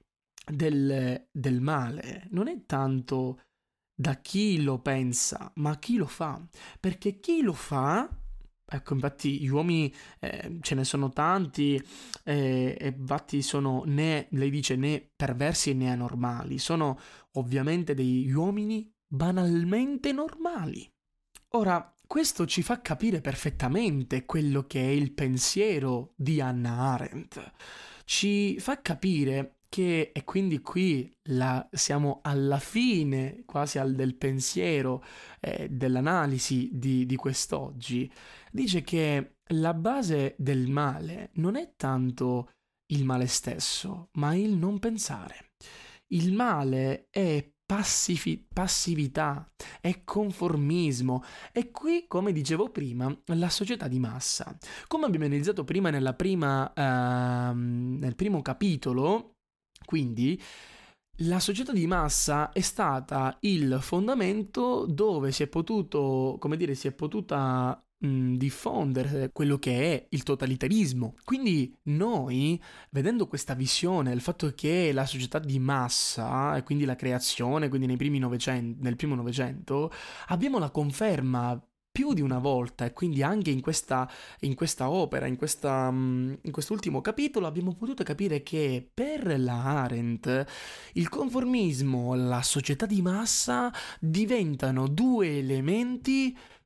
del, del male non è tanto da chi lo pensa, ma chi lo fa. Perché chi lo fa, ecco, infatti gli uomini eh, ce ne sono tanti eh, e infatti sono né, lei dice, né perversi né anormali, sono ovviamente degli uomini banalmente normali. Ora, questo ci fa capire perfettamente quello che è il pensiero di Hannah Arendt. Ci fa capire che, e quindi qui la, siamo alla fine quasi al del pensiero, eh, dell'analisi di, di quest'oggi, dice che la base del male non è tanto il male stesso, ma il non pensare. Il male è passivi- passività, è conformismo. E qui, come dicevo prima, la società di massa. Come abbiamo analizzato prima nella prima, ehm, nel primo capitolo, quindi la società di massa è stata il fondamento dove si è potuto, come dire, si è potuta mh, diffondere quello che è il totalitarismo. Quindi noi, vedendo questa visione, il fatto che la società di massa, e quindi la creazione, quindi nei primi novecento, nel primo Novecento, abbiamo la conferma più di una volta, e quindi anche in questa, in questa opera, in, questa, in quest'ultimo capitolo, abbiamo potuto capire che per la Arendt il conformismo e la società di massa diventano due elementi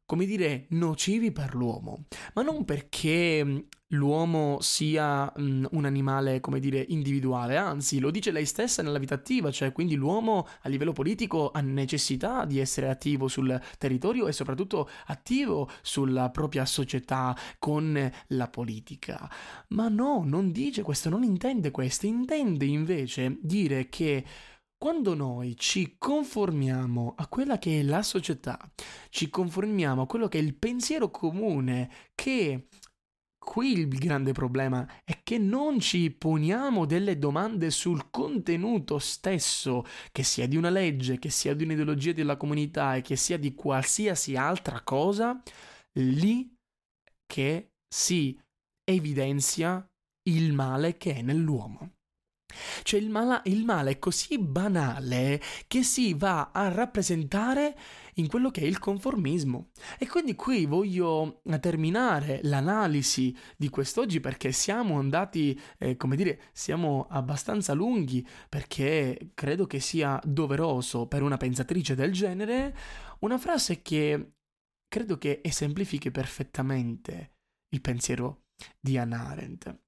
come dire, nocivi per l'uomo, ma non perché mh, l'uomo sia mh, un animale, come dire, individuale, anzi, lo dice lei stessa nella vita attiva, cioè quindi l'uomo a livello politico ha necessità di essere attivo sul territorio e soprattutto attivo sulla propria società con la politica. Ma no, non dice questo, non intende questo, intende invece dire che quando noi ci conformiamo a quella che è la società, ci conformiamo a quello che è il pensiero comune, che qui il grande problema è che non ci poniamo delle domande sul contenuto stesso, che sia di una legge, che sia di un'ideologia della comunità e che sia di qualsiasi altra cosa, lì che si evidenzia il male che è nell'uomo. Cioè il, mala- il male è così banale che si va a rappresentare in quello che è il conformismo. E quindi qui voglio terminare l'analisi di quest'oggi perché siamo andati, eh, come dire, siamo abbastanza lunghi perché credo che sia doveroso per una pensatrice del genere una frase che credo che esemplifichi perfettamente il pensiero di Hannah Arendt.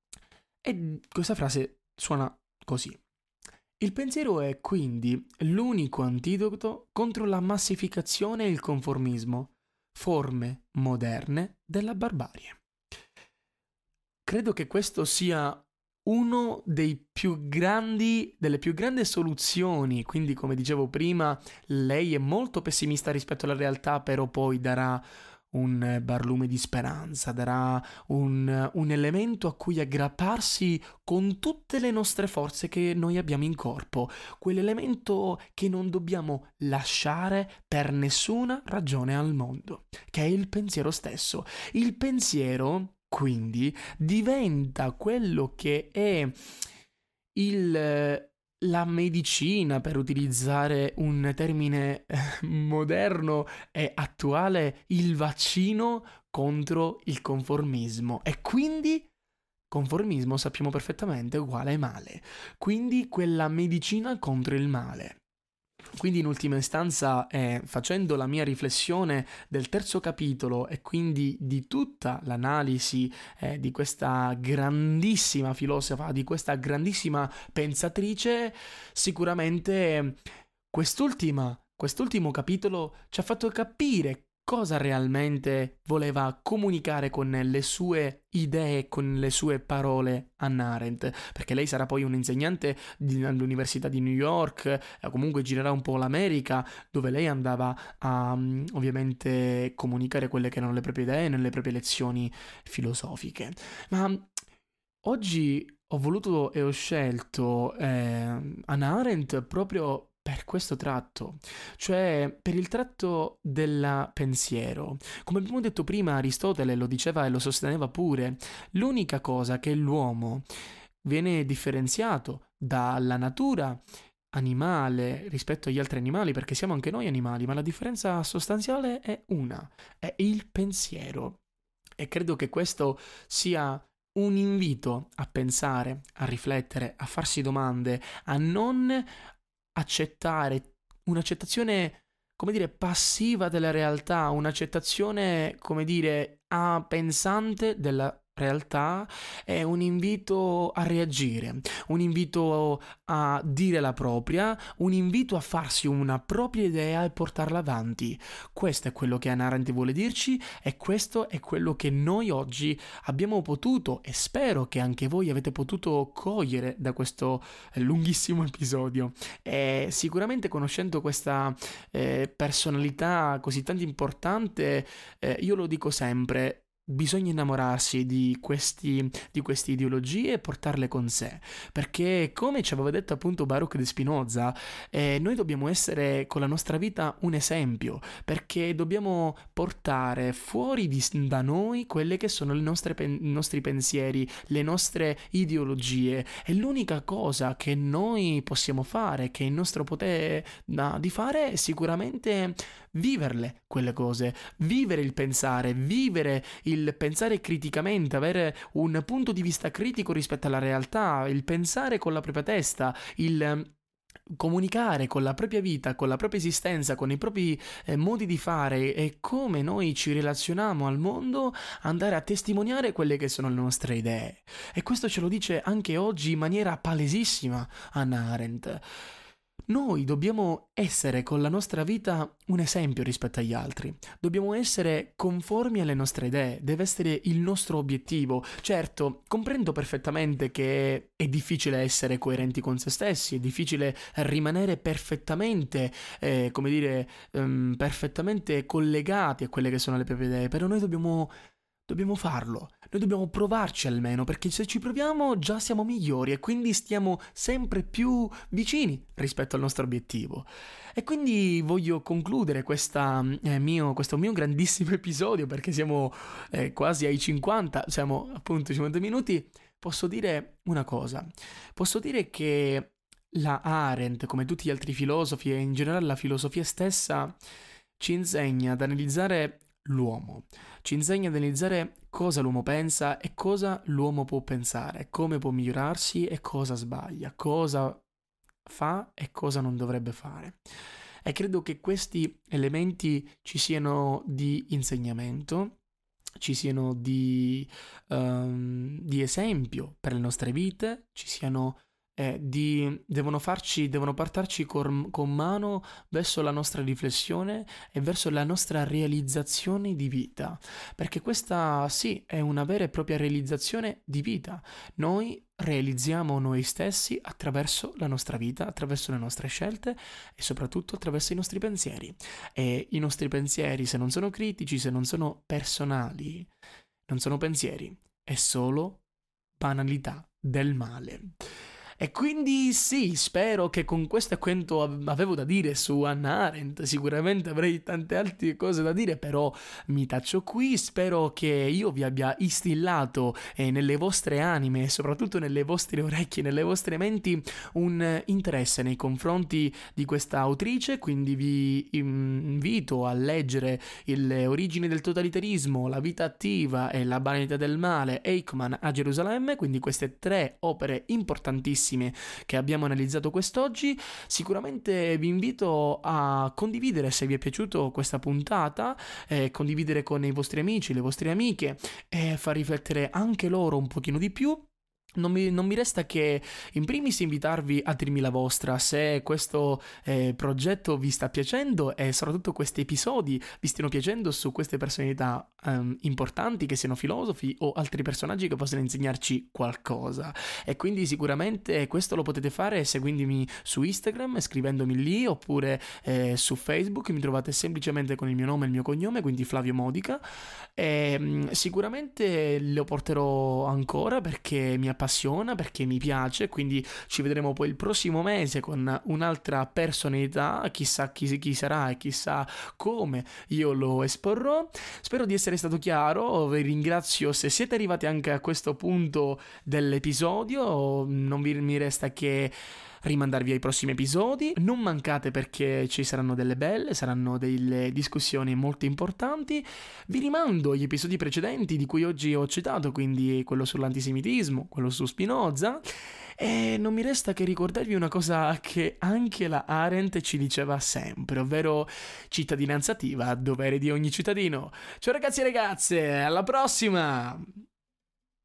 E questa frase suona così. Il pensiero è quindi l'unico antidoto contro la massificazione e il conformismo, forme moderne della barbarie. Credo che questo sia uno dei più grandi, delle più grandi soluzioni, quindi come dicevo prima, lei è molto pessimista rispetto alla realtà, però poi darà un barlume di speranza, darà un, un elemento a cui aggrapparsi con tutte le nostre forze che noi abbiamo in corpo, quell'elemento che non dobbiamo lasciare per nessuna ragione al mondo, che è il pensiero stesso. Il pensiero, quindi, diventa quello che è il... la medicina, per utilizzare un termine moderno e attuale, il vaccino contro il conformismo. E quindi conformismo sappiamo perfettamente è uguale male. Quindi quella medicina contro il male. Quindi in ultima istanza, eh, facendo la mia riflessione del terzo capitolo e quindi di tutta l'analisi eh, di questa grandissima filosofa, di questa grandissima pensatrice, sicuramente quest'ultima, quest'ultimo capitolo ci ha fatto capire cosa realmente voleva comunicare con le sue idee, con le sue parole Hannah Arendt, perché lei sarà poi un'insegnante di, all'Università di New York, eh, comunque girerà un po' l'America, dove lei andava a um, ovviamente comunicare quelle che erano le proprie idee nelle proprie lezioni filosofiche. Ma oggi ho voluto e ho scelto eh, Hannah Arendt proprio per questo tratto, cioè per il tratto del pensiero. Come abbiamo detto prima, Aristotele lo diceva e lo sosteneva pure, l'unica cosa che l'uomo viene differenziato dalla natura animale rispetto agli altri animali, perché siamo anche noi animali, ma la differenza sostanziale è una, è il pensiero. E credo che questo sia un invito a pensare, a riflettere, a farsi domande, a non accettare un'accettazione, come dire, passiva della realtà, un'accettazione, come dire, a pensante della realtà, è un invito a reagire, un invito a dire la propria, un invito a farsi una propria idea e portarla avanti. Questo è quello che Hannah Arendt vuole dirci e questo è quello che noi oggi abbiamo potuto e spero che anche voi avete potuto cogliere da questo lunghissimo episodio. E sicuramente conoscendo questa eh, personalità così tanto importante, eh, io lo dico sempre, bisogna innamorarsi di questi, di queste ideologie e portarle con sé, perché come ci aveva detto appunto Baruch di Spinoza, eh, noi dobbiamo essere con la nostra vita un esempio, perché dobbiamo portare fuori di, da noi quelle che sono le nostre, i nostri pensieri, le nostre ideologie, e l'unica cosa che noi possiamo fare, che è il nostro potere uh, di fare, è sicuramente viverle quelle cose, vivere il pensare, vivere il pensare criticamente, avere un punto di vista critico rispetto alla realtà, il pensare con la propria testa, il comunicare con la propria vita, con la propria esistenza, con i propri eh, modi di fare e come noi ci relazioniamo al mondo, andare a testimoniare quelle che sono le nostre idee. E questo ce lo dice anche oggi in maniera palesissima Hannah Arendt. Noi dobbiamo essere con la nostra vita un esempio rispetto agli altri, dobbiamo essere conformi alle nostre idee, deve essere il nostro obiettivo. Certo, comprendo perfettamente che è difficile essere coerenti con se stessi, è difficile rimanere perfettamente, eh, come dire, ehm, perfettamente collegati a quelle che sono le proprie idee, però noi dobbiamo... Dobbiamo farlo, noi dobbiamo provarci almeno, perché se ci proviamo già siamo migliori e quindi stiamo sempre più vicini rispetto al nostro obiettivo. E quindi voglio concludere questa, eh, mio, questo mio grandissimo episodio, perché siamo eh, quasi ai cinquanta, siamo appunto cinquanta minuti, posso dire una cosa, posso dire che la Arendt, come tutti gli altri filosofi e in generale la filosofia stessa, ci insegna ad analizzare l'uomo, ci insegna ad analizzare cosa l'uomo pensa e cosa l'uomo può pensare, come può migliorarsi e cosa sbaglia, cosa fa e cosa non dovrebbe fare. E credo che questi elementi ci siano di insegnamento, ci siano di, um, di esempio per le nostre vite, ci siano eh, di, devono farci, devono portarci cor- con mano verso la nostra riflessione e verso la nostra realizzazione di vita, perché questa sì è una vera e propria realizzazione di vita. Noi realizziamo noi stessi attraverso la nostra vita, attraverso le nostre scelte e soprattutto attraverso i nostri pensieri. E i nostri pensieri, se non sono critici, se non sono personali, non sono pensieri, è solo banalità del male. E quindi sì, spero che con questo è quanto avevo da dire su Hannah Arendt. Sicuramente avrei tante altre cose da dire, però mi taccio qui. Spero che io vi abbia instillato eh, nelle vostre anime e soprattutto nelle vostre orecchie, nelle vostre menti un interesse nei confronti di questa autrice, quindi vi invito a leggere Le origini del totalitarismo, La vita attiva e La banalità del male, Eichmann a Gerusalemme, quindi queste tre opere importantissime che abbiamo analizzato quest'oggi. Sicuramente vi invito a condividere, se vi è piaciuto questa puntata, eh, condividere con i vostri amici, le vostre amiche e far riflettere anche loro un pochino di più. Non mi, non mi resta che in primis invitarvi a dirmi la vostra, se questo eh, progetto vi sta piacendo e soprattutto questi episodi vi stiano piacendo su queste personalità um, importanti, che siano filosofi o altri personaggi che possono insegnarci qualcosa. E quindi sicuramente questo lo potete fare seguendomi su Instagram, scrivendomi lì, oppure eh, su Facebook, mi trovate semplicemente con il mio nome e il mio cognome, quindi Flavio Modica. E um, sicuramente lo porterò ancora perché mi appassiona, perché mi piace, quindi ci vedremo poi il prossimo mese con un'altra personalità, chissà chi, chi sarà e chissà come io lo esporrò. Spero di essere stato chiaro, vi ringrazio se siete arrivati anche a questo punto dell'episodio, non vi, mi resta che rimandarvi ai prossimi episodi. Non mancate perché ci saranno delle belle, saranno delle discussioni molto importanti. Vi rimando agli episodi precedenti di cui oggi ho citato, quindi quello sull'antisemitismo, quello su Spinoza. E non mi resta che ricordarvi una cosa che anche la Arendt ci diceva sempre, ovvero cittadinanza attiva, dovere di ogni cittadino. Ciao ragazzi e ragazze, alla prossima!